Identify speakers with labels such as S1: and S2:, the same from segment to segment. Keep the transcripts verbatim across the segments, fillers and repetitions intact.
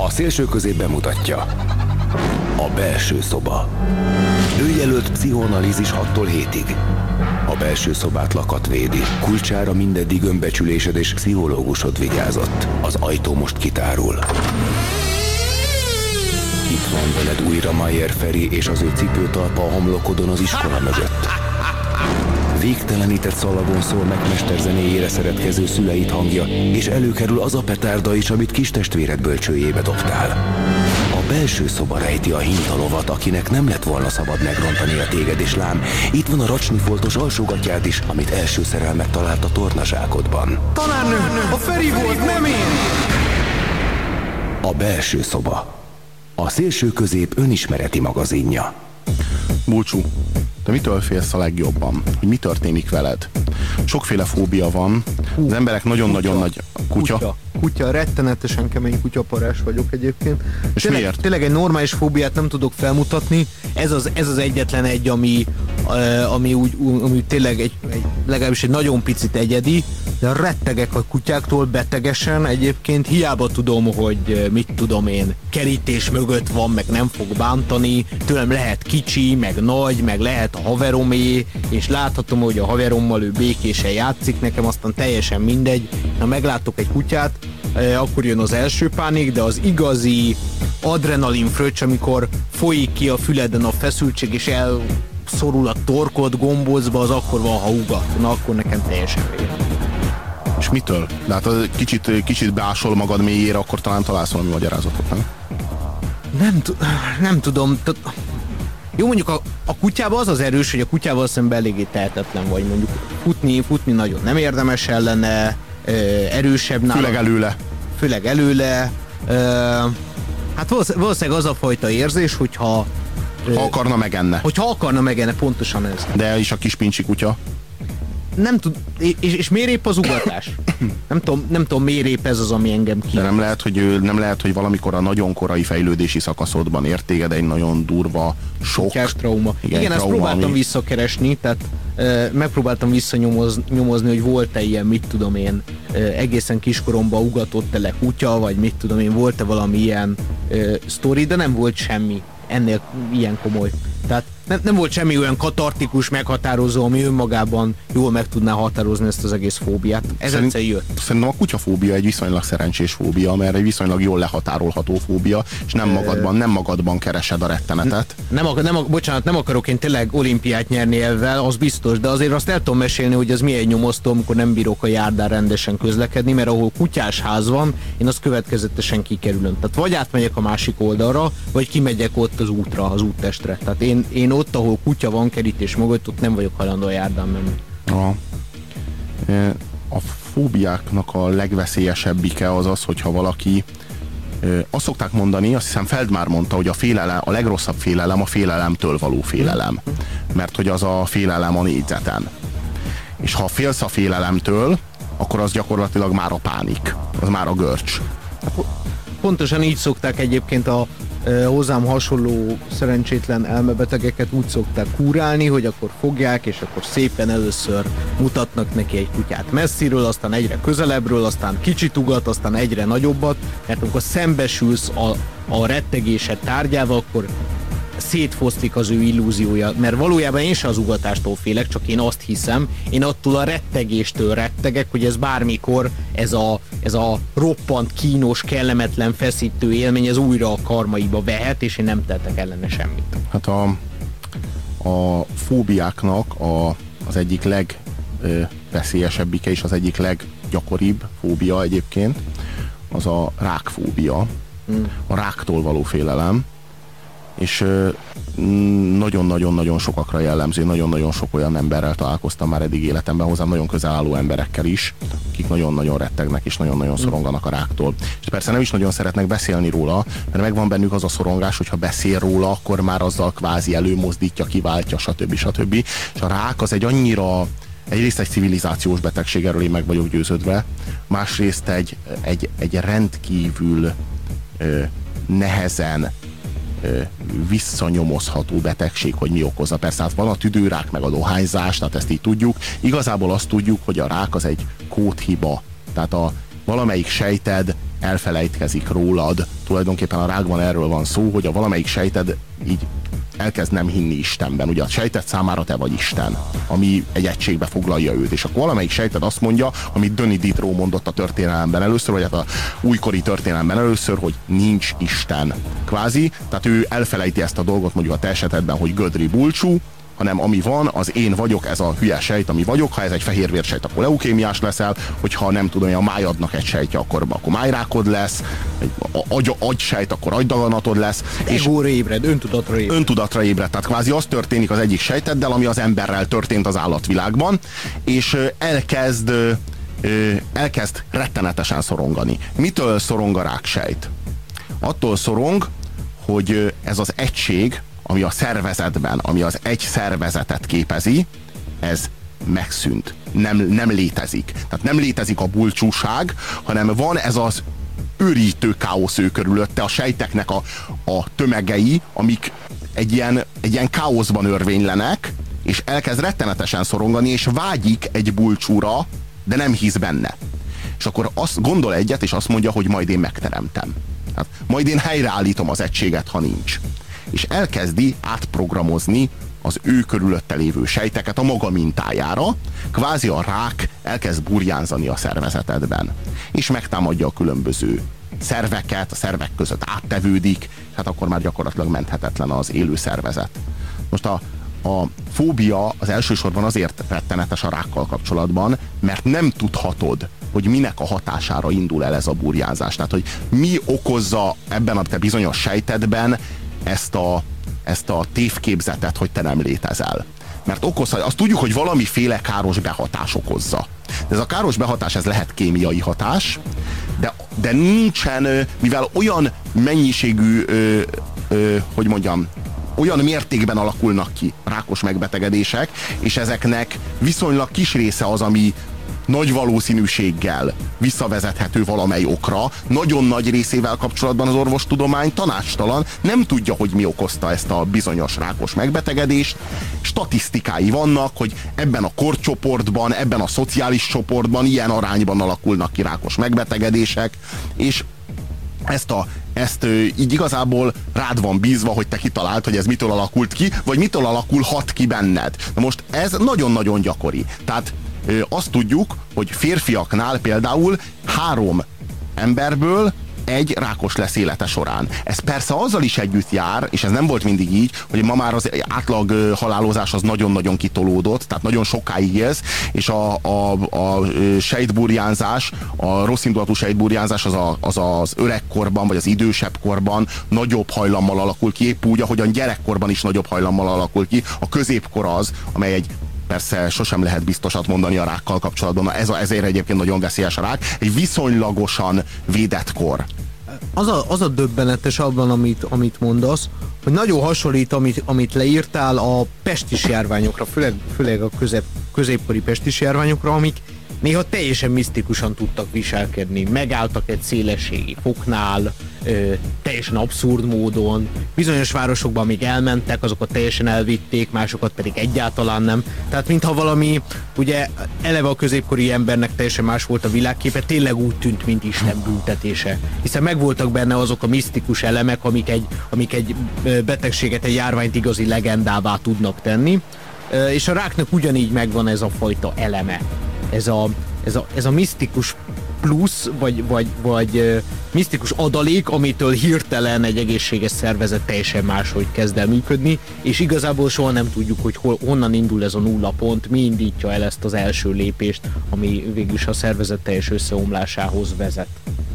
S1: A Szélső Közép bemutatja. A belső szoba. Ő jelölt pszichoanalízis hattól hétig. A belső szobát lakat védi. Kulcsára mindeddig önbecsülésed és pszichológusod vigyázott. Az ajtó most kitárul. Itt van veled újra Mayer Feri és az ő cipőtalpa a homlokodon az iskola mögött. Végtelenített szalagon szól meg mesterzenéjére szeretkező szüleid hangja, és előkerül az a petárda is, amit kis testvéred bölcsőjébe dobtál. A belső szoba rejti a hintalovat, akinek nem lett volna szabad megrontani a téged, és lám, itt van a racsnifoltos alsógatyád is, amit első szerelmet talált a tornazsákodban.
S2: Tanárnő, a Feri volt, nem én!
S1: A belső szoba. A Szélső Közép önismereti magazinja.
S3: Bulcsú, te mitől félsz a legjobban? Hogy mi történik veled? Sokféle fóbia van. Az emberek nagyon-nagyon nagy... Kutya?
S2: Kutya. Kutya, rettenetesen kemény kutyaparás vagyok egyébként.
S3: És
S2: tényleg,
S3: miért?
S2: Tényleg egy normális fóbiát nem tudok felmutatni. Ez az, ez az egyetlen egy, ami, uh, ami, úgy, ami tényleg egy, egy, legalábbis egy nagyon picit egyedi, de rettegek a kutyáktól betegesen egyébként. Hiába tudom, hogy mit tudom én, kerítés mögött van, meg nem fog bántani. Tőlem lehet kicsi, meg nagy, meg lehet a haveromé, és láthatom, hogy a haverommal ő békésen játszik, nekem aztán teljesen mindegy. Ha meglátok egy kutyát, akkor jön az első pánik, de az igazi adrenalin fröccs, amikor folyik ki a füleden a feszültség, és elszorul a torkod gombócba, az akkor van, ha ugat. Na, akkor nekem teljesen vér.
S3: És mitől? De hát kicsit, kicsit beásol magad mélyére, akkor talán találsz valami magyarázatot, nem?
S2: Nem, nem tudom. Jó, mondjuk a, a kutyában az az erős, hogy a kutyával szemben eléggé tehetetlen vagy. Mondjuk futni, futni nagyon nem érdemes ellene, erősebb nála.
S3: Főleg előle.
S2: Főleg előle. Hát valószínűleg az a fajta érzés, hogyha...
S3: Ha akarna, megenne.
S2: Hogyha akarna, megenne, pontosan ez.
S3: De is a kis pincsi kutya.
S2: Nem tud, és, és miért épp az ugatás? Nem tudom, nem tudom, miért épp ez az, ami engem ki.
S3: De nem lehet, hogy, nem lehet, hogy valamikor a nagyon korai fejlődési szakaszodban ért téged egy nagyon durva sok.
S2: Kutyás trauma. Igen, Igen
S3: trauma,
S2: ezt próbáltam
S3: ami...
S2: visszakeresni, tehát e, megpróbáltam visszanyomozni, hogy volt-e ilyen, mit tudom én, e, egészen kiskoromban ugatott-e le kutya, vagy mit tudom én, volt-e valami ilyen e, sztori, de nem volt semmi ennél ilyen komoly. Tehát nem, nem volt semmi olyan katartikus, meghatározó, ami önmagában jól meg tudná határozni ezt az egész fóbiát. Ez
S3: Szerint,
S2: egyszer jött.
S3: Szerintem a kutyafóbia egy viszonylag szerencsés fóbia, mert egy viszonylag jól lehatárolható fóbia, és nem magadban, nem magadban keresed a rettenetet.
S2: Nem, nem, bocsánat, nem akarok én tényleg olimpiát nyerni ezzel, az biztos, de azért azt el tudom mesélni, hogy ez milyen nyomasztó, amikor nem bírok a járdán rendesen közlekedni, mert ahol kutyás ház van, én azt következetesen kikerülöm. Tehát vagy átmegyek a másik oldalra, vagy kimegyek ott az útra, az úttestre. Tehát én, én ott, ahol kutya van kerítés mögött, ott nem vagyok hajlandó a járdán menni.
S3: A, a fóbiáknak a legveszélyesebbike az az, hogyha valaki, azt szokták mondani, azt hiszem Feldmár mondta, hogy a félelem, a legrosszabb félelem a félelemtől való félelem. Mert hogy az a félelem a négyzeten. És ha félsz a félelemtől, akkor az gyakorlatilag már a pánik. Az már a görcs.
S2: Pontosan így szokták egyébként a hozzám hasonló szerencsétlen elmebetegeket úgy szokták kúrálni, hogy akkor fogják, és akkor szépen először mutatnak neki egy kutyát messziről, aztán egyre közelebbről, aztán kicsit ugat, aztán egyre nagyobbat, mert amikor szembesülsz a, a rettegésed tárgyával, akkor szétfoszlik az ő illúziója, mert valójában én se az ugatástól félek, csak én azt hiszem, én attól a rettegéstől rettegek, hogy ez bármikor, ez a, ez a roppant, kínos, kellemetlen, feszítő élmény, ez újra a karmaiba vehet, és én nem tettek ellene semmit.
S3: Hát a, a fóbiáknak a, az egyik legveszélyesebbike és az egyik leggyakoribb fóbia egyébként, az a rákfóbia, hmm. a ráktól való félelem, és nagyon-nagyon-nagyon sokakra jellemző, nagyon-nagyon sok olyan emberrel találkoztam már eddig életemben, hozzám nagyon közel álló emberekkel is, akik nagyon-nagyon rettegnek és nagyon-nagyon szoronganak a ráktól. És persze nem is nagyon szeretnek beszélni róla, mert megvan bennük az a szorongás, hogyha beszél róla, akkor már azzal kvázi előmozdítja, kiváltja, stb. stb. És a rák az egy annyira, egyrészt egy civilizációs betegség, erről én meg vagyok győződve, másrészt egy, egy, egy rendkívül ö, nehezen visszanyomozható betegség, hogy mi okozza. Persze hát van a tüdőrák, meg a dohányzás, tehát ezt így tudjuk. Igazából azt tudjuk, hogy a rák az egy kódhiba. Tehát a valamelyik sejted elfelejtkezik rólad, tulajdonképpen a rákban erről van szó, hogy a valamelyik sejted így elkezd nem hinni Istenben. Ugye a sejted számára te vagy Isten, ami egy egységbe foglalja őt. És akkor valamelyik sejted azt mondja, amit Denis Diderot mondott a történelemben először, vagy hát a újkori történelemben először, hogy nincs Isten. Kvázi, tehát ő elfelejti ezt a dolgot mondjuk a te esetedben, hogy gödri bulcsú, hanem ami van, az én vagyok, ez a hülye sejt, ami vagyok. Ha ez egy fehérvérsejt, akkor leukémiás leszel, hogyha nem tudom, a májadnak egy sejtje, akkor, akkor májrákod lesz, egy agy, agysejt, akkor agydaganatod lesz.
S2: Egóra ébred, öntudatra ébred.
S3: Öntudatra ébred, tehát kvázi az történik az egyik sejteddel, ami az emberrel történt az állatvilágban, és elkezd, elkezd rettenetesen szorongani. Mitől szorong a ráksejt? Attól szorong, hogy ez az egység, ami a szervezetben, ami az egy szervezetet képezi, ez megszűnt. Nem, nem létezik. Tehát nem létezik a bulcsúság, hanem van ez az őrítő káosz ő körülötte, a sejteknek a, a tömegei, amik egy ilyen, egy ilyen káoszban örvénylenek, és elkezd rettenetesen szorongani, és vágyik egy bulcsúra, de nem hisz benne. És akkor azt gondol egyet, és azt mondja, hogy majd én megteremtem. Tehát majd én helyreállítom az egységet, ha nincs. És elkezdi átprogramozni az ő körülötte lévő sejteket a maga mintájára, kvázi a rák elkezd burjánzani a szervezetedben. És megtámadja a különböző szerveket, a szervek között áttevődik, hát akkor már gyakorlatilag menthetetlen az élő szervezet. Most a, a fóbia az elsősorban azért rettenetes a rákkal kapcsolatban, mert nem tudhatod, hogy minek a hatására indul el ez a burjánzás. Tehát, hogy mi okozza ebben a te bizonyos sejtedben ezt a, ezt a tévképzetet, hogy te nem létezel. Mert okozza, azt tudjuk, hogy valamiféle káros behatás okozza. De ez a káros behatás, ez lehet kémiai hatás, de, de nincsen, mivel olyan mennyiségű, ö, ö, hogy mondjam, olyan mértékben alakulnak ki rákos megbetegedések, és ezeknek viszonylag kis része az, ami nagy valószínűséggel visszavezethető valamely okra. Nagyon nagy részével kapcsolatban az orvostudomány tanácstalan, nem tudja, hogy mi okozta ezt a bizonyos rákos megbetegedést. Statisztikái vannak, hogy ebben a korcsoportban, ebben a szociális csoportban ilyen arányban alakulnak ki rákos megbetegedések, és ezt a ezt így igazából rád van bízva, hogy te kitaláld, hogy ez mitől alakult ki, vagy mitől alakulhat ki benned. Na most ez nagyon-nagyon gyakori. Tehát azt tudjuk, hogy férfiaknál például három emberből egy rákos lesz élete során. Ez persze azzal is együtt jár, és ez nem volt mindig így, hogy ma már az átlag halálozás az nagyon-nagyon kitolódott, tehát nagyon sokáig élsz, és a, a, a sejtburjánzás, a rosszindulatú sejtburjánzás az, a, az az öregkorban, vagy az idősebb korban nagyobb hajlammal alakul ki, épp úgy, ahogyan gyerekkorban is nagyobb hajlammal alakul ki. A középkor az, amely egy persze sosem lehet biztosat mondani a rákkal kapcsolatban, na ez a, ezért egyébként nagyon veszélyes a rák, egy viszonylagosan védett kor.
S2: Az a, az a döbbenetes abban, amit, amit mondasz, hogy nagyon hasonlít, amit, amit leírtál a pestis járványokra, főleg, főleg a közép, középkori pestis járványokra, amik néha teljesen misztikusan tudtak viselkedni. Megálltak egy szélességi foknál, ö, teljesen abszurd módon. Bizonyos városokban még elmentek, azokat teljesen elvitték, másokat pedig egyáltalán nem. Tehát mintha valami, ugye eleve a középkori embernek teljesen más volt a világképe, tényleg úgy tűnt, mint Isten büntetése. Hiszen megvoltak benne azok a misztikus elemek, amik egy, amik egy betegséget, egy járványt igazi legendává tudnak tenni. És a ráknak ugyanígy megvan ez a fajta eleme. Ez a, ez a, ez a misztikus plusz, vagy, vagy, vagy uh, misztikus adalék, amitől hirtelen egy egészséges szervezet teljesen máshogy kezd el működni, és igazából soha nem tudjuk, hogy hol, honnan indul ez a nulla pont, mi indítja el ezt az első lépést, ami végülis a szervezet teljes összeomlásához vezet.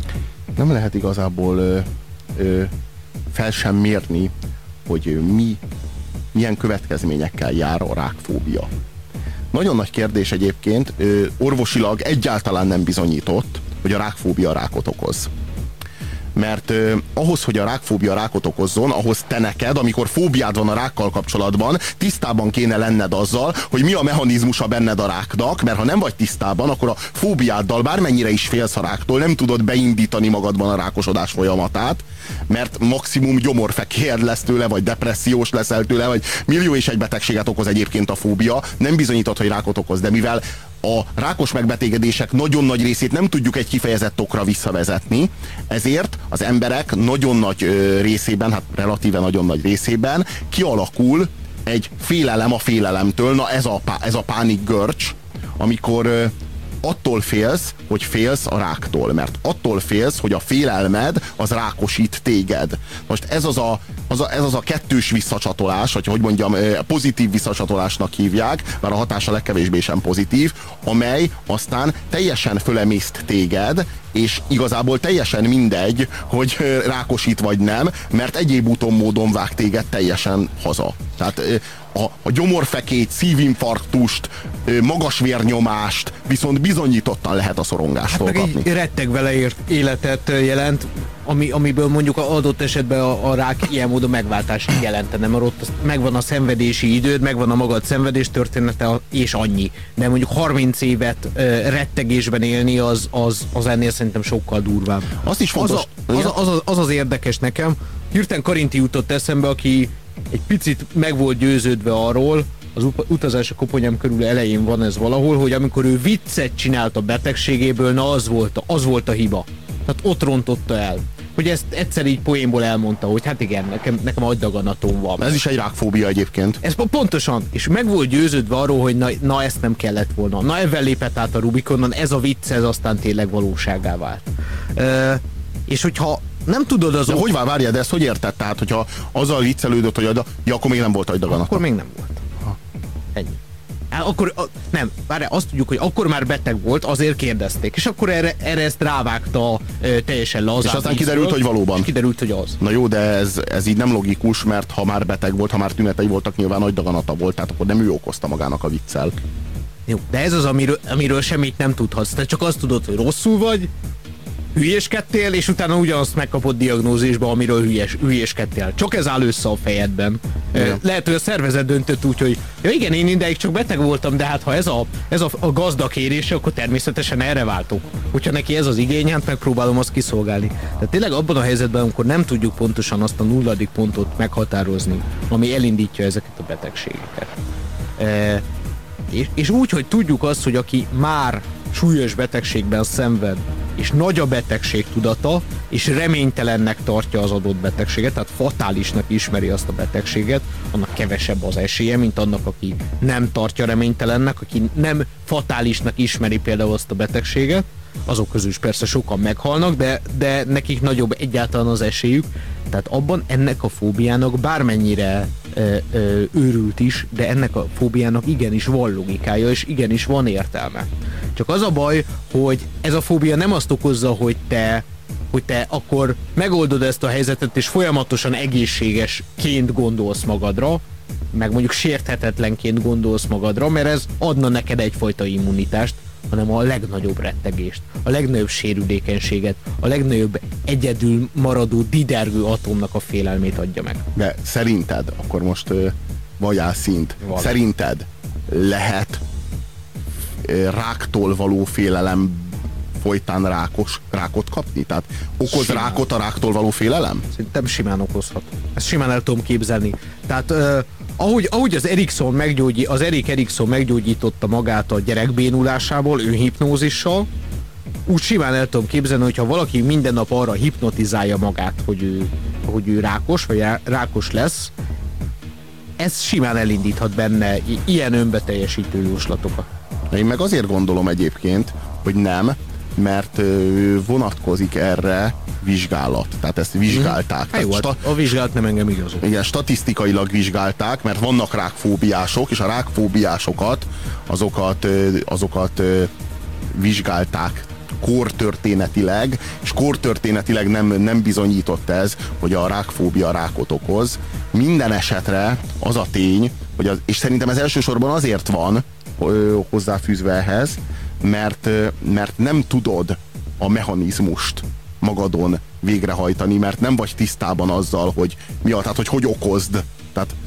S3: Nem lehet igazából ö, ö, fel sem mérni, hogy mi, milyen következményekkel jár a rákfóbia. Nagyon nagy kérdés egyébként, orvosilag egyáltalán nem bizonyított, hogy a rákfóbia rákot okoz. Mert eh, ahhoz, hogy a rákfóbia rákot okozzon, ahhoz te neked, amikor fóbiád van a rákkal kapcsolatban, tisztában kéne lenned azzal, hogy mi a mechanizmusa benned a ráknak, mert ha nem vagy tisztában, akkor a fóbiáddal bármennyire is félsz a ráktól, nem tudod beindítani magadban a rákosodás folyamatát, mert maximum gyomorfekér lesz tőle, vagy depressziós leszel tőle, vagy millió és egy betegséget okoz egyébként a fóbia, nem bizonyított, hogy rákot okoz, de mivel a rákos megbetegedések nagyon nagy részét nem tudjuk egy kifejezett okra visszavezetni, ezért az emberek nagyon nagy részében, hát relatíve nagyon nagy részében kialakul egy félelem a félelemtől, na ez a, ez a pánikgörcs, amikor attól félsz, hogy félsz a ráktól, mert attól félsz, hogy a félelmed az rákosít téged. Most ez az a, az a, ez az a kettős visszacsatolás, vagy hogy mondjam, pozitív visszacsatolásnak hívják, mert a hatása legkevésbé sem pozitív, amely aztán teljesen fölemészt téged, és igazából teljesen mindegy, hogy rákosít vagy nem, mert egyéb úton módon vág téged teljesen haza. Tehát a, a gyomorfekét, szívinfarktust, magas vérnyomást viszont bizonyítottan lehet a szorongástól
S2: hát
S3: kapni.
S2: Meg egy retteg vele ért életet jelent, ami, amiből mondjuk adott esetben a, a rák ilyen módon megváltást jelentene, mert ott megvan a szenvedési időd, megvan a magad szenvedés története, és annyi. De mondjuk harminc évet uh, rettegésben élni, az, az, az ennél szerintem sokkal durvább.
S3: Azt is fontos.
S2: Az, a, az, az, az, az az érdekes nekem. Hirtelen Karinti jutott eszembe, aki egy picit meg volt győződve arról, az utazás a koponyám körül elején van ez valahol, hogy amikor ő viccet csinált a betegségéből, na az volt, az volt a hiba. Tehát ott rontotta el. Hogy ezt egyszer így poénból elmondta, hogy hát igen, nekem, nekem agydaganatom van.
S3: Ez is egy rákfóbia egyébként.
S2: Ez pontosan, és meg volt győződve arról, hogy na, na ezt nem kellett volna. Na ebben lépett át a Rubikonon, ez a vicc, ez aztán tényleg valóságá vált. E, és hogyha nem tudod az...
S3: De hogy vár, várjál, de ezt hogy érted? Tehát, hogyha azzal viccelődött, hogy agyda, ja, akkor még nem volt agydaganata.
S2: Akkor még nem volt. Ha. Ennyi. Akkor, a, nem, várjál, azt tudjuk, hogy akkor már beteg volt, azért kérdezték, és akkor erre, erre ezt rávágta e, teljesen lazán.
S3: És aztán kiderült, hogy valóban.
S2: És kiderült, hogy az.
S3: Na jó, de ez, ez így nem logikus, mert ha már beteg volt, ha már tünetei voltak, nyilván agydaganata volt, tehát akkor nem ő okozta magának a viccel.
S2: Jó, de ez az, amiről, amiről semmit nem tudhatsz. Te csak azt tudod, hogy rosszul vagy, hülyéskedtél, és utána ugyanazt megkapod diagnózisba, amiről hülyes, hülyéskedtél. Csak ez áll össze a fejedben. Igen. Lehet, hogy a szervezet döntött úgy, hogy ja igen, én ideig csak beteg voltam, de hát ha ez a, ez a, a gazda kérése, akkor természetesen erre váltok. Hogyha neki ez az igény, hát megpróbálom azt kiszolgálni. De tényleg abban a helyzetben, amikor nem tudjuk pontosan azt a nulladik pontot meghatározni, ami elindítja ezeket a betegségeket. E, és, és úgy, hogy tudjuk azt, hogy aki már súlyos betegségben szenved, és nagy a betegség tudata, és reménytelennek tartja az adott betegséget, tehát fatálisnak ismeri azt a betegséget, annak kevesebb az esélye, mint annak, aki nem tartja reménytelennek, aki nem fatálisnak ismeri például azt a betegséget, azok közül is persze sokan meghalnak, de, de nekik nagyobb egyáltalán az esélyük, tehát abban ennek a fóbiának bármennyire ö, ö, őrült is, de ennek a fóbiának igenis van logikája, és igenis van értelme. Csak az a baj, hogy ez a fóbia nem azt okozza, hogy te, hogy te akkor megoldod ezt a helyzetet, és folyamatosan egészségesként gondolsz magadra, meg mondjuk sérthetetlenként gondolsz magadra, mert ez adna neked egyfajta immunitást, hanem a legnagyobb rettegést, a legnagyobb sérülékenységet, a legnagyobb egyedül maradó didergő atomnak a félelmét adja meg.
S3: De szerinted, akkor most uh, vajjál szint, Val. szerinted lehet uh, ráktól való félelem folytán rákos, rákot kapni? Tehát okoz simán. rákot a ráktól való félelem?
S2: Szerintem simán okozhat. Ezt simán el tudom képzelni. Tehát uh, ahogy, ahogy az Erikson meggyógyi, az Erik Erikson meggyógyította magát a gyerek bénulásából, önhipnózissal, úgy simán el tudom képzelni, hogyha valaki minden nap arra hipnotizálja magát, hogy ő, hogy ő rákos, vagy rákos lesz, ez simán elindíthat benne ilyen önbeteljesítő jóslatokat.
S3: Én meg azért gondolom egyébként, hogy nem, mert vonatkozik erre vizsgálat. Tehát ezt vizsgálták.
S2: Hát jó, sta- a vizsgálat nem engem igazol.
S3: Igen, statisztikailag vizsgálták, mert vannak rákfóbiások, és a rákfóbiásokat azokat, azokat vizsgálták kortörténetileg, és kortörténetileg nem, nem bizonyított ez, hogy a rákfóbia rákot okoz. Minden esetre az a tény, hogy az, és szerintem ez elsősorban azért van hozzáfűzve ehhez, mert, mert nem tudod a mechanizmust magadon végrehajtani, mert nem vagy tisztában azzal, hogy mi a, tehát hogy hogy okozd. Tehát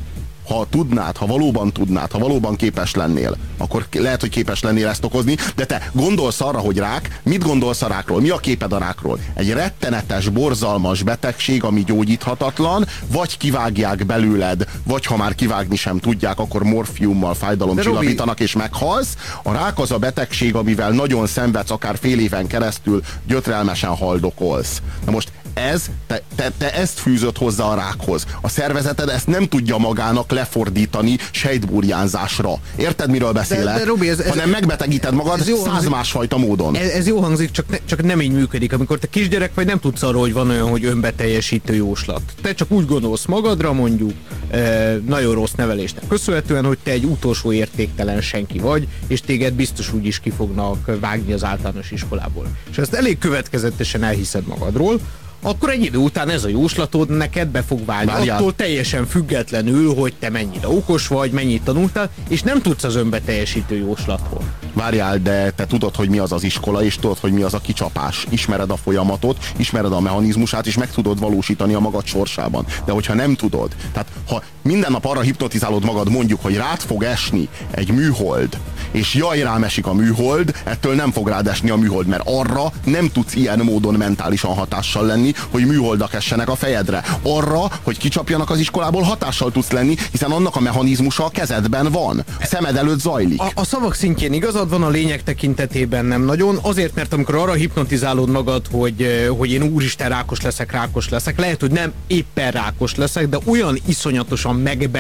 S3: ha tudnád, ha valóban tudnád, ha valóban képes lennél, akkor lehet, hogy képes lennél ezt okozni, de te gondolsz arra, hogy rák, mit gondolsz a rákról? Mi a képed a rákról? Egy rettenetes, borzalmas betegség, ami gyógyíthatatlan, vagy kivágják belőled, vagy ha már kivágni sem tudják, akkor morfiummal fájdalomcsillapítanak és meghalsz. A rák az a betegség, amivel nagyon szenvedsz, akár fél éven keresztül gyötrelmesen haldokolsz. Na most ez, te, te, te ezt fűzött hozzá a rákhoz. A szervezeted ezt nem tudja magának lefordítani sejtburjánzásra. Érted, miről beszélek? De, de Robi, ez, ez, hanem megbetegíted magad száz másfajta módon.
S2: Ez, ez jó hangzik, csak, ne, csak nem így működik. Amikor te kisgyerek vagy, nem tudsz arról, hogy van olyan, hogy önbeteljesítő jóslat. Te csak úgy gondolsz magadra, mondjuk, e, nagyon rossz nevelésnek köszönhetően, hogy te egy utolsó értéktelen senki vagy, és téged biztos úgy is ki fognak vágni az általános iskolából. És ezt elég következetesen elhiszed magadról, akkor egy idő után ez a jóslatod neked be fog válni. Várjál. Attól teljesen függetlenül, hogy te mennyire okos vagy, mennyit tanultál, és nem tudsz az önbeteljesítő jóslatról.
S3: Várjál, de te tudod, hogy mi az az iskola, és tudod, hogy mi az a kicsapás. Ismered a folyamatot, ismered a mechanizmusát, és meg tudod valósítani a magad sorsában. De hogyha nem tudod, tehát ha minden nap arra hipnotizálod magad, mondjuk, hogy rád fog esni egy műhold, és jaj, rám esik a műhold, ettől nem fog rád esni a műhold, mert arra nem tudsz ilyen módon mentálisan hatással lenni, hogy műholdak essenek a fejedre. Arra, hogy kicsapjanak az iskolából, hatással tudsz lenni, hiszen annak a mechanizmusa a kezedben van. A szemed előtt zajlik.
S2: A, a szavak szintjén igazad van, a lényeg tekintetében nem nagyon. Azért, mert amikor arra hipnotizálod magad, hogy, hogy én úristen rákos leszek, rákos leszek, lehet, hogy nem éppen rákos leszek, de olyan iszonyatosan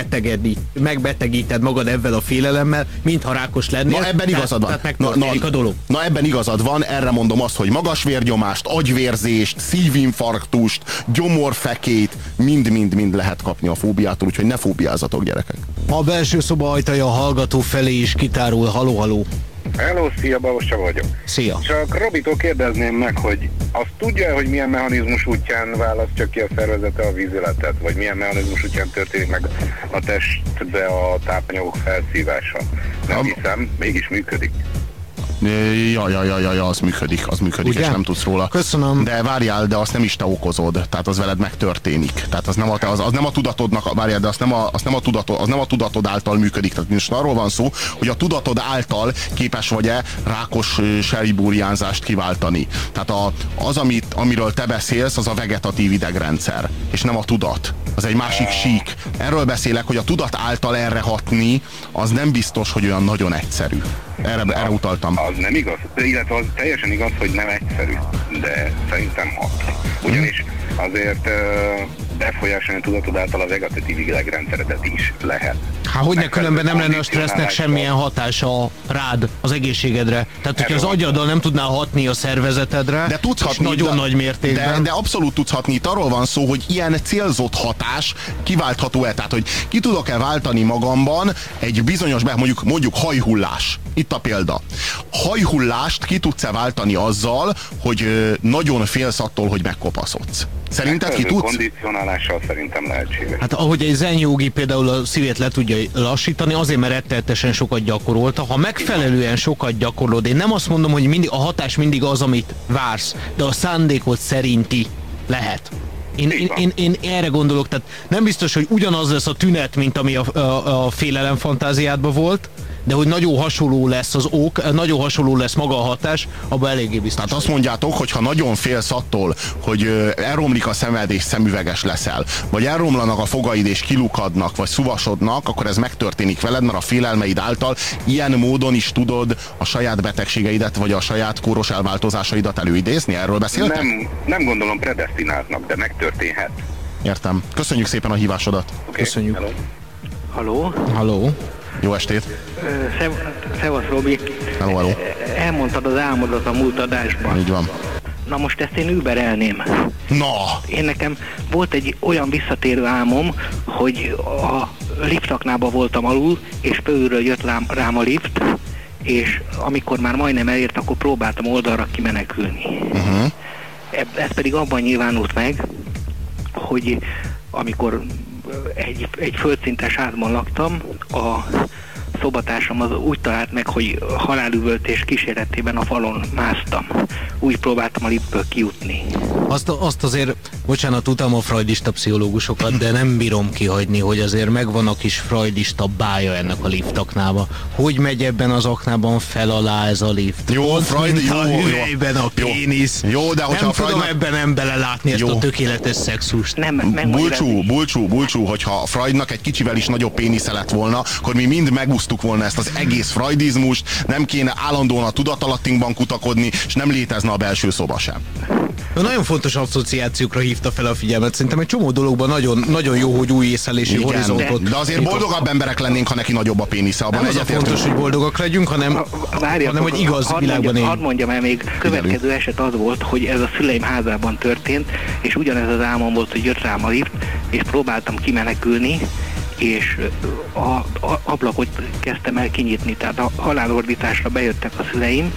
S2: megbetegíted magad ezzel a félelemmel, mintha rákos lennél.
S3: Na ebben igazad van.
S2: Tehát na, na, a dolog.
S3: Na ebben igazad van, erre mondom azt, hogy magas vérnyomást, agyvérzést, szívinfarktust, gyomorfekét, mind-mind-mind lehet kapni a fóbiától, úgyhogy ne fóbiázatok, gyerekek.
S2: A belső szoba ajtaja a hallgató felé is kitárul. Haló, haló.
S4: Hello, szia, Balos Csaba vagyok.
S2: Szia.
S4: Csak Robitól kérdezném meg, hogy azt tudja, hogy milyen mechanizmus útján választja ki a szervezete a vízületet, vagy milyen mechanizmus útján történik meg a testbe a tápanyagok felszívása? Nem
S3: Am-
S4: hiszem, mégis működik.
S3: Ja, ja, ja, ja, ja, az működik, az működik, ugye? És nem tudsz róla.
S2: Köszönöm.
S3: De várjál, de azt nem is te okozod, tehát az veled megtörténik. Tehát az nem a, az, az nem a tudatodnak, várjál, de az nem a, az nem a tudatod, az nem a tudatod által működik. Tehát most arról van szó, hogy a tudatod által képes vagy-e rákos sejtburjánzást kiváltani. Tehát a, az, amit, amiről te beszélsz, az a vegetatív idegrendszer, és nem a tudat. Az egy másik sík. Erről beszélek, hogy a tudat által erre hatni, az nem biztos, hogy olyan nagyon egyszerű. Erre, erre utaltam.
S4: Az nem igaz, illetve az teljesen igaz, hogy nem egyszerű, de szerintem hat. Ugyanis azért befolyásolni a tudatod által a vegetatív idegrendszeredet is lehet.
S2: Hát hogyne különben nem lenne a stressznek semmilyen hatása rád, az egészségedre. Tehát, hogyha az agyaddal nem tudnál hatni a szervezetedre,
S3: de tudsz hatni,
S2: nagyon
S3: de,
S2: nagy mértékben.
S3: De, de abszolút tudsz hatni. Itt arról van szó, hogy ilyen célzott hatás kiváltható-e. Tehát, hogy ki tudok-e váltani magamban egy bizonyos, mondjuk, mondjuk hajhullás. Itt a példa. Hajhullást ki tudsz-e váltani azzal, hogy nagyon félsz attól, hogy megkopaszodsz? Szerinted ki tudsz?
S4: Kondicionálással szerintem lehetséges.
S2: Hát ahogy egy zen jogi például a szívét le tudja lassítani, azért mert rettenetesen sokat gyakorolta. Ha megfelelően sokat gyakorolod, én nem azt mondom, hogy mindig, a hatás mindig az, amit vársz, de a szándékod szerinti lehet. Én, én, én, én erre gondolok, tehát nem biztos, hogy ugyanaz lesz a tünet, mint ami a, a, a félelem fantáziádban volt, de hogy nagyon hasonló lesz az ok, nagyon hasonló lesz maga a hatás, abban eléggé biztos.
S3: Tehát azt mondjátok, hogy ha nagyon félsz attól, hogy elromlik a szemed és szemüveges leszel, vagy elromlanak a fogaid és kilukadnak, vagy szuvasodnak, akkor ez megtörténik veled, mert a félelmeid által ilyen módon is tudod a saját betegségeidet, vagy a saját kóros elváltozásaidat előidézni? Erről beszéltek?
S4: Nem, nem gondolom predestináltnak, de megtörténhet.
S3: Értem. Köszönjük szépen a hívásodat.
S4: Okay.
S2: Köszönjük.
S4: Hello.
S5: Halló?
S2: Halló.
S3: Jó estét.
S5: Szevasz, Robi.
S3: Hello, hello.
S5: Elmondtad az álmodat a múlt adásban.
S3: Így van.
S5: Na most ezt én überelném.
S3: Na!
S5: Én nekem volt egy olyan visszatérő álmom, hogy a liftaknában voltam alul, és fölülről jött rám, rám a lift, és amikor már majdnem elért, akkor próbáltam oldalra kimenekülni. Uh-huh. Ez pedig abban nyilvánult meg, hogy amikor egy, egy földszintes házban laktam, a szobatársam az úgy talált meg, hogy halálüvöltés kíséretében a falon másztam. Úgy próbáltam a liftből kijutni.
S2: Azt, azt azért bocsánat, utálom a freudista pszichológusokat, de nem bírom kihagyni, hogy azért megvan a kis freudista bája ennek a liftaknába. Hogy megy ebben az aknában fel alá ez a lift?
S3: Jó,
S2: Ott,
S3: Freud, jó,
S2: a
S3: jó.
S2: hüvelyben a
S3: Jó.
S2: pénisz.
S3: Jó, de hogyha
S2: nem
S3: a Freudnak-
S2: tudom ebben nem belelátni ezt
S3: Jó.
S2: a tökéletes szexust.
S5: Nem, megmagyarázni.
S3: Bulcsú, bulcsú, bulcsú, hogyha a Freudnak egy kicsivel is nagyobb pénisze lett volna, akkor mi mind megúsztuk volna ezt az egész freudizmust, nem kéne állandóan a tudatalattinkban kutakodni, és nem létezne a belső szoba sem.
S2: Na, nagyon fontos asszociációkra hívta fel a figyelmet. Szerintem egy csomó dologban nagyon, nagyon jó, hogy új észlelési
S3: Igen,
S2: horizontot.
S3: de azért boldogabb emberek lennénk, ha neki nagyobb a pénisze. Abban
S2: Nem az a
S3: egyetértünk.
S2: fontos, hogy boldogak legyünk, hanem,
S5: Várjatok,
S2: hanem hogy igaz
S5: hadd
S2: világban
S5: mondjam, hadd
S2: élünk.
S5: mondjam el még, következő eset az volt, hogy ez a szüleim házában történt, és ugyanez az álmom volt, hogy jött rám a lift, és próbáltam kimenekülni, és a, a ablakot kezdtem el kinyitni, tehát a halálordításra bejöttek a szüleim,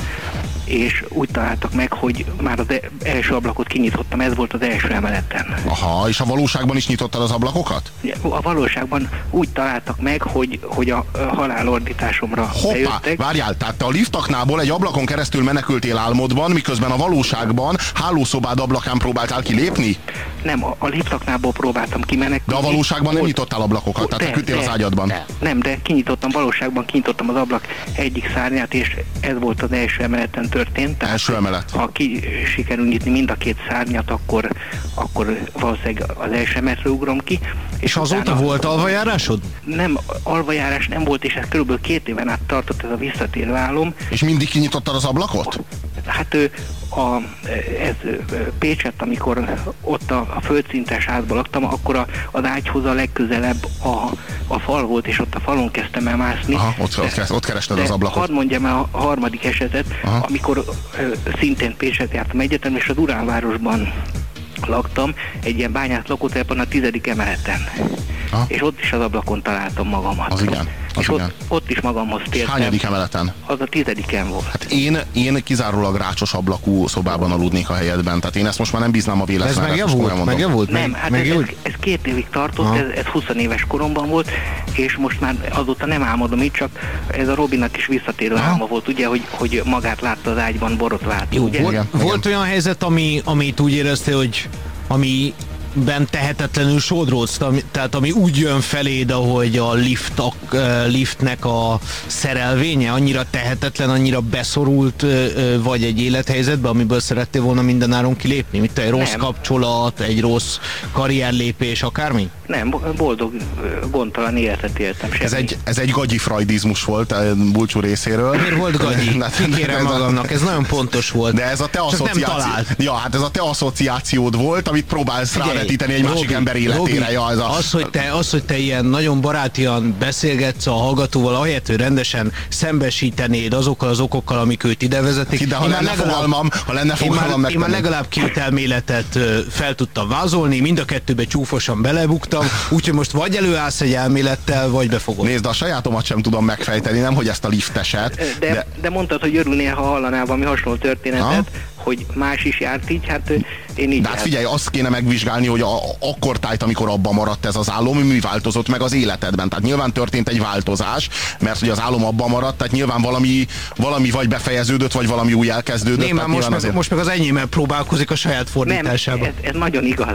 S5: és úgy találtak meg, hogy már az első ablakot kinyitottam, ez volt az első emeleten.
S3: Aha, és a valóságban is nyitottad az ablakokat?
S5: A valóságban úgy találtak meg, hogy, hogy a halálordításomra
S3: Hoppá,
S5: bejöttek.
S3: várjál, tehát te a liftaknából egy ablakon keresztül menekültél álmodban, miközben a valóságban hálószobád ablakán próbáltál kilépni?
S5: Nem, a, a liftaknából próbáltam kimenekülni.
S3: De a valóságban nem
S5: Volt-
S3: nyitottál ablakokat, tehát
S5: De,
S3: feküdtél az
S5: de,
S3: ágyadban.
S5: de, nem, de kinyitottam, valóságban kinyitottam az ablak egyik szárnyát, és ez volt az első emeleten történt. Tehát
S3: Első emelet.
S5: ha ki sikerül nyitni mind a két szárnyat, akkor, akkor valószínűleg az első emeletre ugrom ki.
S2: És azóta
S5: utána-
S2: volt alvajárásod?
S5: Nem, alvajárás nem volt, és ez körülbelül két éven át tartott ez a visszatérő álom.
S3: És mindig kinyitottad az ablakot?
S5: Hát ő, a, ez ö, Pécset, amikor ott a, a földszintes házban laktam, akkor a, az ágyhoz a legközelebb a, a fal volt, és ott a falon kezdtem el mászni.
S3: Aha, ott, ott, keres- ott kerested
S5: De
S3: az ablakot.
S5: hadd mondjam el a harmadik esetet,
S3: Aha.
S5: amikor ö, szintén Pécset jártam egyetem, és a Duránvárosban laktam, egy ilyen bányász lakótelepon a tizedik emeleten.
S3: Aha.
S5: És ott is az ablakon találtam magamat.
S3: Az igen, az
S5: és
S3: igen.
S5: ott, ott is magamhoz
S3: És
S5: tértem.
S3: hányadik emeleten?
S5: Az a tizediken volt.
S3: Hát én, én kizárólag rácsos ablakú szobában aludnék a helyedben, tehát én ezt most már nem bíznám a
S2: Ez
S3: véletlenre. most komolyan
S2: megjavult?
S3: mondom.
S2: Megjavult?
S5: Nem,
S2: Meg,
S5: hát ez, ez,
S2: megjavult?
S5: ez két évig tartott,
S2: Aha.
S5: ez, ez húsz éves koromban volt, és most már azóta nem álmodom így, csak ez a Robinak is visszatérő
S2: Aha.
S5: álma volt, ugye, hogy, hogy magát látta az ágyban borotvált.
S2: Jó,
S5: ugye?
S2: volt,
S3: Igen,
S2: volt olyan helyzet, ami, amit úgy éreztél, hogy ami ben tehetetlenül sodródsz, ami, tehát ami úgy jön feléd, ahogy a lift, a, liftnek a szerelvénye, annyira tehetetlen, annyira beszorult vagy egy élethelyzetbe, amiből szerettél volna mindenáron kilépni? Mint egy rossz
S5: Nem.
S2: kapcsolat, egy rossz karrierlépés, akármi?
S5: Nem, boldog, gondtalan életet éltem. Semmi.
S3: Ez egy, ez egy gagyi freudizmus volt a Bulcsú részéről.
S2: Miért volt gagyi?
S3: De-
S2: Kikérem
S3: de-
S2: magamnak, ez nagyon pontos volt.
S3: De ez a te
S2: Csak nem
S3: asszociáció.
S2: talált.
S3: Ja, hát ez a te asszociációd volt, amit próbálsz
S2: Figyelj,
S3: rávetíteni egy másik
S2: Robi,
S3: ember életére.
S2: Robi,
S3: Ja, ez a...
S2: az, hogy te, az, hogy te ilyen nagyon barátian beszélgetsz a hallgatóval, ahelyett, hogy rendesen szembesítenéd azokkal az okokkal, amik őt ide vezetik.
S3: De ha
S2: Én már
S3: lenne
S2: legalább-
S3: fogalmam, ha lenne
S2: Én már,
S3: fogalmam,
S2: én már
S3: megtenném.
S2: legalább két elméletet ö, fel tudtam vázolni, mind a kettőbe csúfosan belebuktam, úgyhogy most vagy előállsz egy elmélettel, vagy befogod.
S3: Nézd, a sajátomat sem tudom megfejteni, nem hogy ezt a lifteset.
S5: De, de, de mondtad, hogy örülnél, ha hallanál valami hasonló történetet,
S3: Ha?
S5: hogy más is járt így, hát én így
S3: De hát
S5: jártam.
S3: figyelj, azt kéne megvizsgálni, hogy a, a, akkor tájt, amikor abban maradt ez az álom, mi változott meg az életedben. Tehát nyilván történt egy változás, mert hogy az álom abban maradt, tehát nyilván valami, valami vagy befejeződött, vagy valami új elkezdődött.
S2: Némán
S3: tehát
S2: most
S3: nyilván
S2: meg,
S3: azért...
S2: most meg az enyémmel próbálkozik a saját
S5: Nem,
S2: fordításában.
S5: ez, ez nagyon igaz.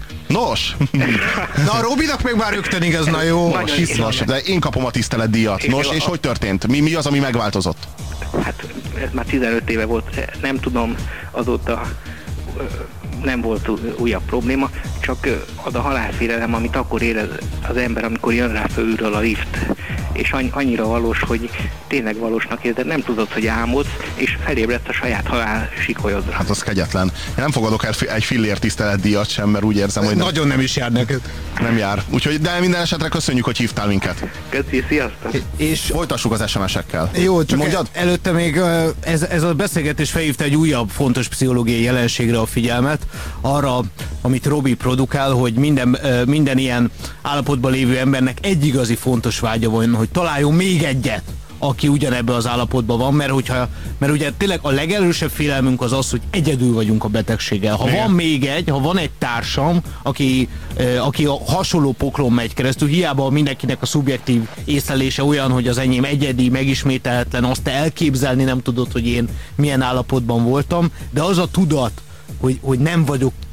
S3: Nos,
S2: Na, a Robinak meg már rögtön igaz, na jó.
S5: Nagyon
S2: hisz-
S3: nos, de én kapom a tiszteletdíjat.
S5: És
S3: Nos,
S5: jó,
S3: és
S5: a-
S3: hogy történt? Mi, mi az, ami megváltozott?
S5: Hát ez már tizenöt éve volt, nem tudom, azóta ö, nem volt újabb probléma, csak ö, az a halálfélelem, amit akkor érez az ember, amikor jön rá fölülről a lift, és anny- annyira valós, hogy tényleg valósnak érzed, nem tudod, hogy álmodsz, és felébredt a saját halál sikolyodra.
S3: Hát az kegyetlen. Én nem fogadok el fi- egy fillér tiszteletdíjat sem, mert úgy érzem, hogy nem,
S2: Nagyon nem is jár neked.
S3: nem jár. Úgyhogy, de minden esetre köszönjük, hogy hívtál minket.
S5: Köszi, sziasztok!
S2: És
S3: Folytassuk az es em es-ekkel.
S2: jó, csak
S3: Mondjad?
S2: el, előtte még ö, ez, ez a beszélgetés felhívta egy újabb fontos pszichológiai jelenségre a figyelmet, arra, amit Robi produkál, hogy minden, ö, minden ilyen állapotban lévő embernek egy igazi fontos vágya van, hogy találjon még egyet, aki ugyanebben az állapotban van, mert, hogyha, mert ugye tényleg a legerősebb félelmünk az az, hogy egyedül vagyunk a betegséggel. Ha
S3: Igen.
S2: van még egy, ha van egy társam, aki, eh, aki a hasonló poklon megy keresztül, hiába mindenkinek a szubjektív észlelése olyan, hogy az enyém egyedi, megismételhetlen, azt te elképzelni nem tudod, hogy én milyen állapotban voltam, de az a tudat, hogy, hogy nem vagyok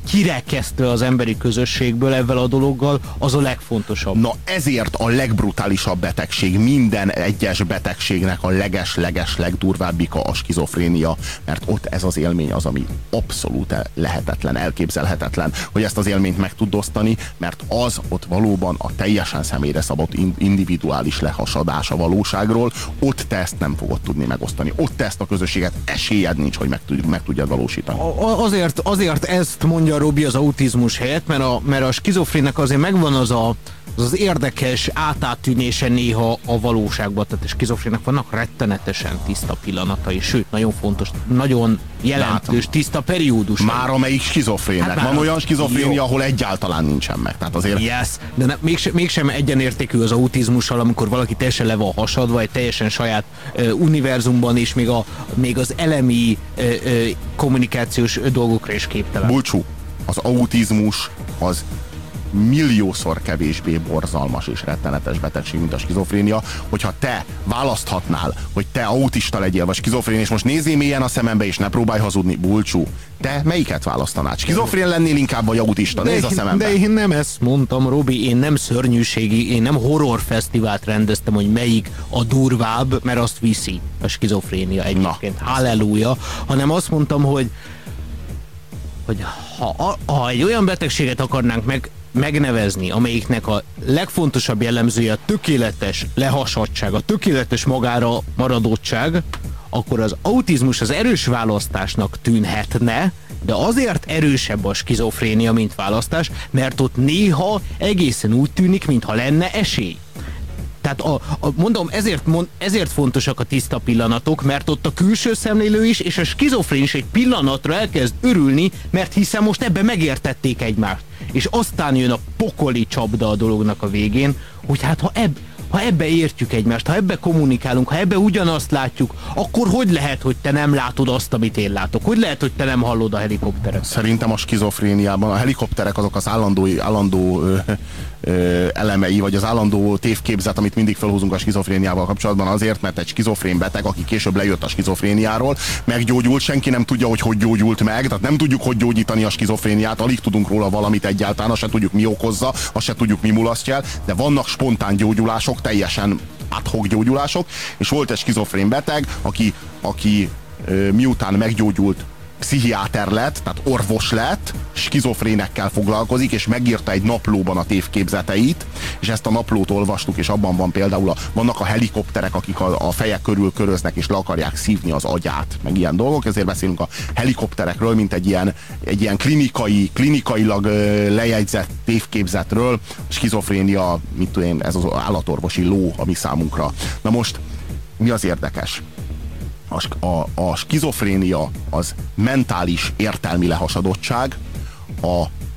S2: kirekesztve az emberi közösségből ezzel a dologgal, az a legfontosabb.
S3: Na ezért a legbrutálisabb betegség, minden egyes betegségnek a leges-leges legdurvábbika a skizofrénia, mert ott ez az élmény az, ami abszolút lehetetlen, elképzelhetetlen, hogy ezt az élményt meg tud osztani, mert az ott valóban a teljesen személyre szabott individuális lehasadás a valóságról, ott te ezt nem fogod tudni megosztani, ott te ezt a közösséget esélyed nincs, hogy meg, tud, meg tudjad valósítani.
S2: A, azért, azért ezt mondja Robi az autizmus helyett, mert a, mert a skizofrénnek azért megvan az a, az, az érdekes átátűnése néha a valóságban, tehát a skizofrénnek vannak rettenetesen tiszta pillanatai, sőt, nagyon fontos, nagyon jelentős, tiszta periódus.
S3: Már amelyik skizofrénnek. Hát van olyan skizofrénia, ahol egyáltalán nincsen meg. Tehát azért...
S2: Yes, de ne, mégsem, mégsem egyenértékű az autizmussal, amikor valaki teljesen le van hasadva, egy teljesen saját uh, univerzumban, és még, a, még az elemi uh, uh, kommunikációs dolgokra is képtelen.
S3: Bulcsú, az autizmus az milliószor kevésbé borzalmas és rettenetes betegség, mint a skizofrénia, hogyha te választhatnál, hogy te autista legyél, vagy skizofrén, és most nézzél mélyen a szemembe, és ne próbálj hazudni, Bulcsú, te melyiket választanád? Skizofrén lennél inkább, vagy autista? Nézd a szemembe.
S2: De én nem ezt mondtam, Robi, én nem szörnyűségi, én nem horrorfesztivált rendeztem, hogy melyik a durvább, mert azt viszi a skizofrénia egyébként, halleluja, hanem azt mondtam, hogy hogy ha, ha egy olyan betegséget akarnánk meg megnevezni, amelyiknek a legfontosabb jellemzője a tökéletes lehasadtság, a tökéletes magára maradottság, akkor az autizmus az erős választásnak tűnhetne, de azért erősebb a skizofrénia, mint választás, mert ott néha egészen úgy tűnik, mintha lenne esély. Tehát a, a, mondom, ezért, mond, ezért fontosak a tiszta pillanatok, mert ott a külső szemlélő is, és a skizofrén is egy pillanatra elkezd örülni, mert hiszen most ebben megértették egymást. És aztán jön a pokoli csapda a dolognak a végén, hogy hát ha, eb, ha ebbe értjük egymást, ha ebbe kommunikálunk, ha ebbe ugyanazt látjuk, akkor hogy lehet, hogy te nem látod azt, amit én látok? Hogy lehet, hogy te nem hallod a helikopteret?
S3: Szerintem a skizofréniában a helikopterek azok az állandó, állandó ö, ö, elemei, vagy az állandó tévképzet, amit mindig felhúzunk a skizofréniával kapcsolatban azért, mert egy skizofrén beteg, aki később lejött a skizofréniáról, meggyógyult, senki nem tudja, hogy hogy gyógyult meg, tehát nem tudjuk, hogy gyógyítani a skizofréniát, alig tudunk róla valamit egyáltalán, azt se tudjuk, mi okozza, azt se tudjuk, mi mulasztja el, de vannak spontán gyógyulások, teljesen ad hoc gyógyulások, és volt egy skizofrén beteg, aki, aki ö, miután meggyógyult, pszichiáter lett, tehát orvos lett, skizofrénekkel foglalkozik, és megírta egy naplóban a tévképzeteit, és ezt a naplót olvastuk, és abban van például, a, vannak a helikopterek, akik a, a fejek körül köröznek, és le akarják szívni az agyát, meg ilyen dolgok, ezért beszélünk a helikopterekről, mint egy ilyen, egy ilyen klinikai, klinikailag lejegyzett tévképzetről, skizofrénia, mit tudom én, ez az állatorvosi ló a mi számunkra. Na most, mi az érdekes? A, a, a skizofrénia az mentális értelmi lehasadottság, a,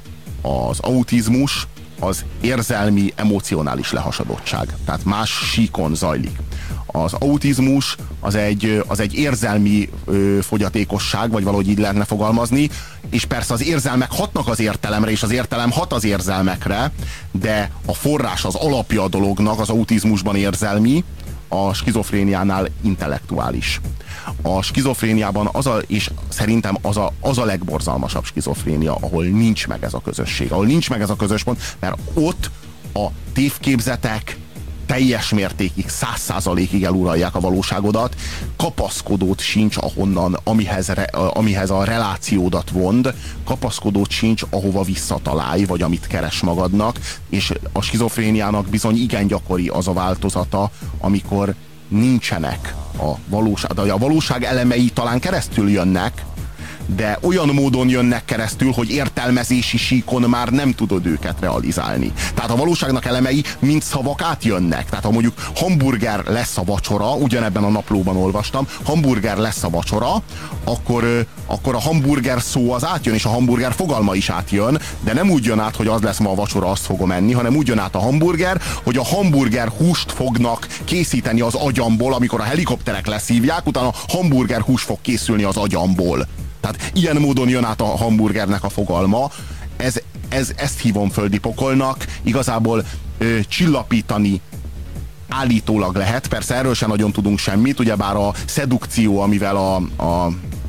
S3: az autizmus az érzelmi, emocionális lehasadottság. Tehát más síkon zajlik. Az autizmus az egy, az egy érzelmi ö, fogyatékosság, vagy valahogy így lehetne fogalmazni, és persze az érzelmek hatnak az értelemre, és az értelem hat az érzelmekre, de a forrás, az alapja a dolognak az autizmusban érzelmi, a skizofréniánál intellektuális. A skizofréniában az a, és szerintem az a, az a legborzalmasabb skizofrénia, ahol nincs meg ez a közösség, ahol nincs meg ez a közös pont, mert ott a tévképzetek teljes mértékig, száz százalékig eluralják a valóságodat, kapaszkodót sincs ahonnan, amihez, re, amihez a relációdat vond, kapaszkodót sincs, ahova visszatalálj, vagy amit keres magadnak, és a skizofréniának bizony igen gyakori az a változata, amikor nincsenek a valóság, de a valóság elemei talán keresztül jönnek, de olyan módon jönnek keresztül, hogy értelmezési síkon már nem tudod őket realizálni. Tehát a valóságnak elemei mint szavak átjönnek. Tehát ha mondjuk hamburger lesz a vacsora, ugyanebben a naplóban olvastam, hamburger lesz a vacsora, akkor, akkor a hamburger szó az átjön, és a hamburger fogalma is átjön, de nem úgy jön át, hogy az lesz ma a vacsora, azt fogom enni, hanem úgy jön át a hamburger, hogy a hamburger húst fognak készíteni az agyamból, amikor a helikopterek leszívják, utána a hamburger hús fog készülni az agyamból. Tehát ilyen módon jön át a hamburgernek a fogalma. Ez, ez, ezt hívom földi pokolnak. Igazából ö, csillapítani állítólag lehet. Persze erről sem nagyon tudunk semmit. Ugyebár a szedukció, amivel a, a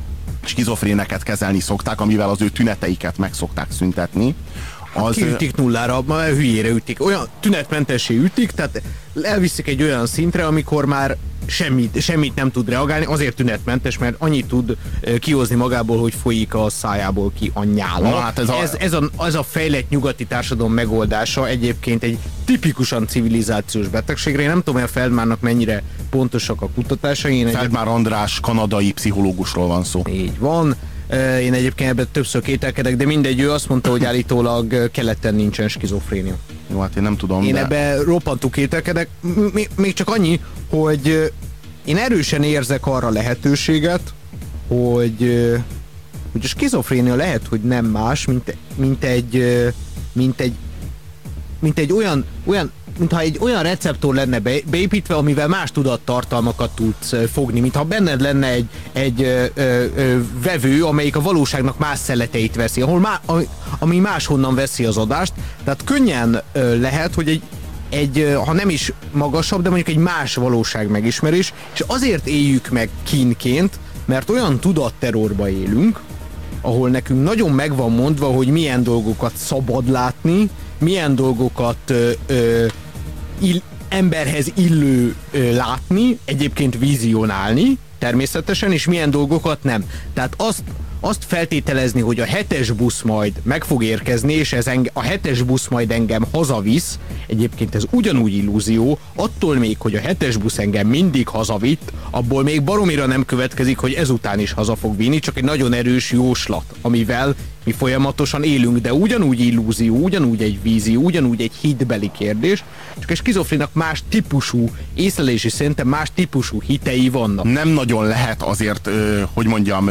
S3: skizofréneket kezelni szokták, amivel az ő tüneteiket meg szokták szüntetni.
S2: Az... Kiütik nullára, hülyére ütik. Olyan tünetmentessé ütik, tehát elviszik egy olyan szintre, amikor már semmit, semmit nem tud reagálni, azért tünetmentes, mert annyit tud kihozni magából, hogy folyik a szájából ki a nyála. Na, hát ez, a... Ez, ez, a, ez a fejlett nyugati társadalom megoldása egyébként egy tipikusan civilizációs betegségre. Én nem tudom, hogy a Feldmárnak mennyire pontosak a kutatásai.
S3: Feldmár egyéb... András kanadai pszichológusról van szó.
S2: Így van. Én egyébként ebben többször kételkedek, de mindegy, ő azt mondta, hogy állítólag keleten nincsen skizofrénia.
S3: Jó, hát én nem tudom,
S2: Én
S3: de...
S2: ebben roppantú kételkedek. Még csak annyi, hogy én erősen érzek arra lehetőséget, hogy, hogy a skizofrénia lehet, hogy nem más, mint, mint egy mint egy mint egy olyan, olyan mintha egy olyan receptor lenne be, beépítve, amivel más tudattartalmakat tudsz fogni, mintha benned lenne egy, egy ö, ö, ö, vevő, amelyik a valóságnak más szeleteit veszi, ahol má, ami, ami máshonnan veszi az adást. Tehát könnyen ö, lehet, hogy egy, egy, ha nem is magasabb, de mondjuk egy más valóság megismerés, és azért éljük meg kínként, mert olyan tudatterrorba élünk, ahol nekünk nagyon meg van mondva, hogy milyen dolgokat szabad látni, milyen dolgokat ö, ö, ill, emberhez illő ö, látni, egyébként vizionálni természetesen, és milyen dolgokat nem. Tehát azt, azt feltételezni, hogy a hetes busz majd meg fog érkezni, és ez enge, a hetes busz majd engem hazavisz, egyébként ez ugyanúgy illúzió, attól még, hogy a hetes busz engem mindig hazavitt, abból még baromira nem következik, hogy ezután is haza fog vinni, csak egy nagyon erős jóslat, amivel mi folyamatosan élünk, de ugyanúgy illúzió, ugyanúgy egy vízió, ugyanúgy egy hitbeli kérdés, csak egy skizofrénak más típusú észlelési szinten más típusú hitei vannak.
S3: Nem nagyon lehet azért, hogy mondjam,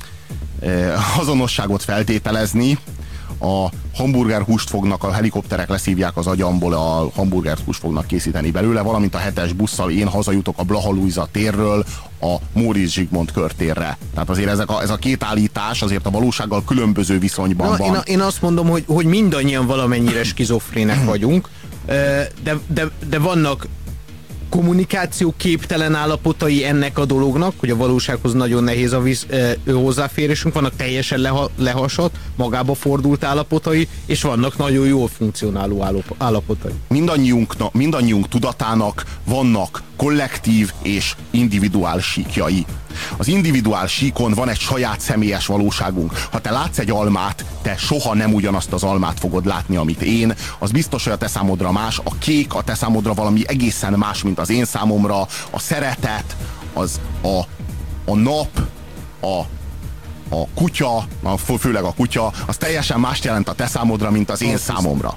S3: azonosságot feltételezni. A hamburger húst fognak, a helikopterek leszívják az agyamból, a hamburger húst fognak készíteni belőle, valamint a hetes busszal én hazajutok a Blaha Lujza térről a Móricz Zsigmond körtérre. Tehát azért ezek a, ez a két állítás azért a valósággal különböző viszonyban
S2: Na,
S3: van.
S2: Én, én azt mondom, hogy, hogy mindannyian valamennyire skizofrének vagyunk, de, de, de vannak kommunikáció képtelen állapotai ennek a dolognak, hogy a valósághoz nagyon nehéz a visz, ö, hozzáférésünk, vannak teljesen leha, lehasadt, magába fordult állapotai, és vannak nagyon jól funkcionáló állapotai.
S3: Mindannyiunk, mindannyiunk tudatának vannak kollektív és individuál síkjai. Az individuál síkon van egy saját személyes valóságunk. Ha te látsz egy almát, te soha nem ugyanazt az almát fogod látni, amit én. Az biztos, hogy a te számodra más. A kék a te számodra valami egészen más, mint az én számomra. A szeretet, az a, a nap, a, a kutya, főleg a kutya, az teljesen mást jelent a te számodra, mint az én számomra.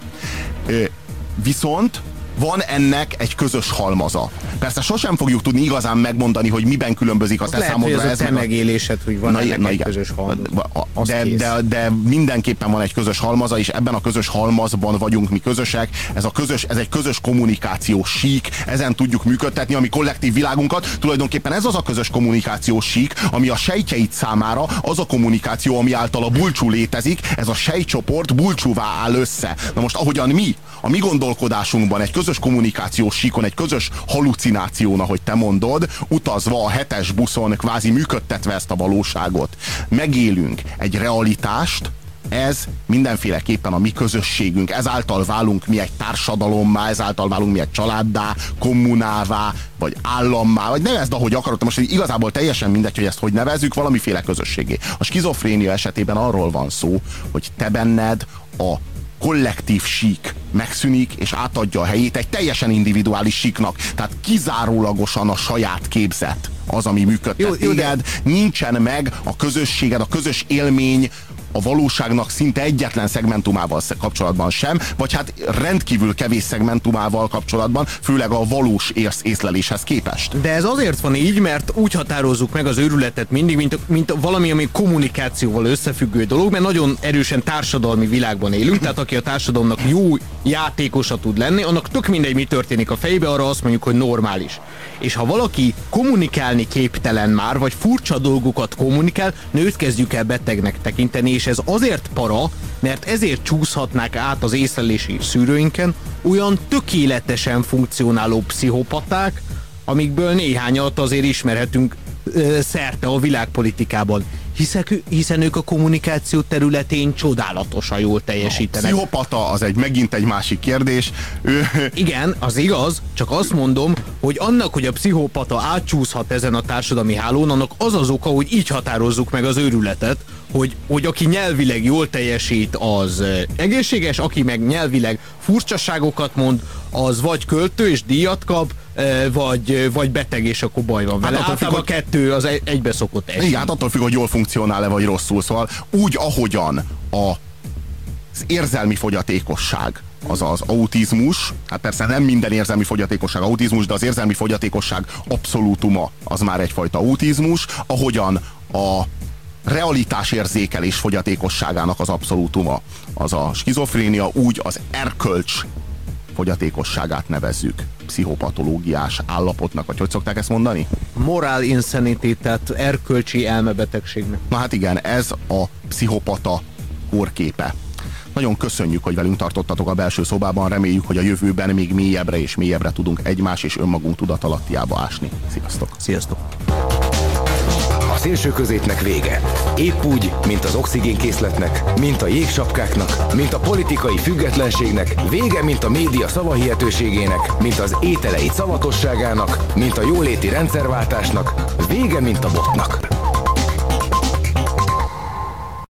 S3: Viszont van ennek egy közös halmaza. Persze sosem fogjuk tudni igazán megmondani, hogy miben különbözik a te
S2: lehet,
S3: számodra.
S2: Hogy ez a te megélésed, hogy van na, ennek na, egy igen. közös halmaza.
S3: De, de, de mindenképpen van egy közös halmaza, és ebben a közös halmazban vagyunk mi közösek. Ez, a közös, ez egy közös kommunikációs sík, ezen tudjuk működtetni a mi kollektív világunkat. Tulajdonképpen ez az a közös kommunikációs sík, ami a sejtjeit számára az a kommunikáció, ami által a bulcsú létezik, ez a sejtcsoport bulcsúvá áll össze. Na most ahogyan mi, a mi gondolkodásunkban egy közös kommunikációs síkon, egy közös halucináción, ahogy te mondod, utazva a hetes buszon, kvázi működtetve ezt a valóságot, megélünk egy realitást, ez mindenféleképpen a mi közösségünk, ezáltal válunk mi egy társadalommá, ezáltal válunk mi egy családdá, kommunává, vagy állammá, vagy nevezd, ahogy akarod, most igazából teljesen mindegy, hogy ezt hogy nevezzük, valamiféle közösségé. A skizofrénia esetében arról van szó, hogy te benned a kollektív sík megszűnik, és átadja a helyét egy teljesen individuális síknak. Tehát kizárólagosan a saját képzet az, ami működtet téged. Nincsen meg a közösséged, a közös élmény a valóságnak szinte egyetlen szegmentumával kapcsolatban sem, vagy hát rendkívül kevés szegmentumával kapcsolatban, főleg a valós ész észleléshez képest.
S2: De ez azért van így, mert úgy határozzuk meg az őrületet mindig, mint, mint valami, ami kommunikációval összefüggő dolog, mert nagyon erősen társadalmi világban élünk, tehát aki a társadalomnak jó játékosa tud lenni, annak tök mindegy, mi történik a fejébe, arra azt mondjuk, hogy normális. És ha valaki kommunikálni képtelen már, vagy furcsa dolgokat kommunikál, nőt kezdjük el betegnek tekinteni, és ez azért para, mert ezért csúszhatnák át az észlelési szűrőinken olyan tökéletesen funkcionáló pszichopaták, amikből néhányat azért ismerhetünk ö, szerte a világpolitikában. Hiszek, hiszen ők a kommunikáció területén csodálatosan jól teljesítenek.
S3: A pszichopata az egy megint egy másik kérdés. Ő...
S2: Igen, az igaz, csak azt mondom, hogy annak, hogy a pszichopata átcsúszhat ezen a társadalmi hálón, annak az az oka, hogy így határozzuk meg az őrületet, hogy, hogy aki nyelvileg jól teljesít, az egészséges, aki meg nyelvileg furcsaságokat mond, az vagy költő és díjat kap, vagy, vagy beteg, és akkor baj van vele. Hát általában a kettő az egybe szokott esni.
S3: Igen, hát attól függ, hogy jól funkcionál-e, vagy rosszul. Szóval úgy, ahogyan a, az érzelmi fogyatékosság, az az autizmus, hát persze nem minden érzelmi fogyatékosság autizmus, de az érzelmi fogyatékosság abszolútuma az már egyfajta autizmus, ahogyan a realitásérzékelés fogyatékosságának az abszolútuma az a skizofrénia, úgy az erkölcs fogyatékosságát nevezzük pszichopatológiás állapotnak, vagy hogy szokták ezt mondani?
S2: Moral insanity, tehát erkölcsi elmebetegségnek.
S3: Na hát igen, ez a pszichopata kórképe. Nagyon köszönjük, hogy velünk tartottatok a belső szobában, reméljük, hogy a jövőben még mélyebbre és mélyebbre tudunk egymás és önmagunk tudatalattiába ásni. Sziasztok!
S2: Sziasztok!
S1: A szélsőközépnek vége. Épp úgy, mint az oxigénkészletnek, mint a jégsapkáknak, mint a politikai függetlenségnek, vége, mint a média szavahihetőségének, mint az ételei szavatosságának, mint a jóléti rendszerváltásnak, vége, mint a botnak.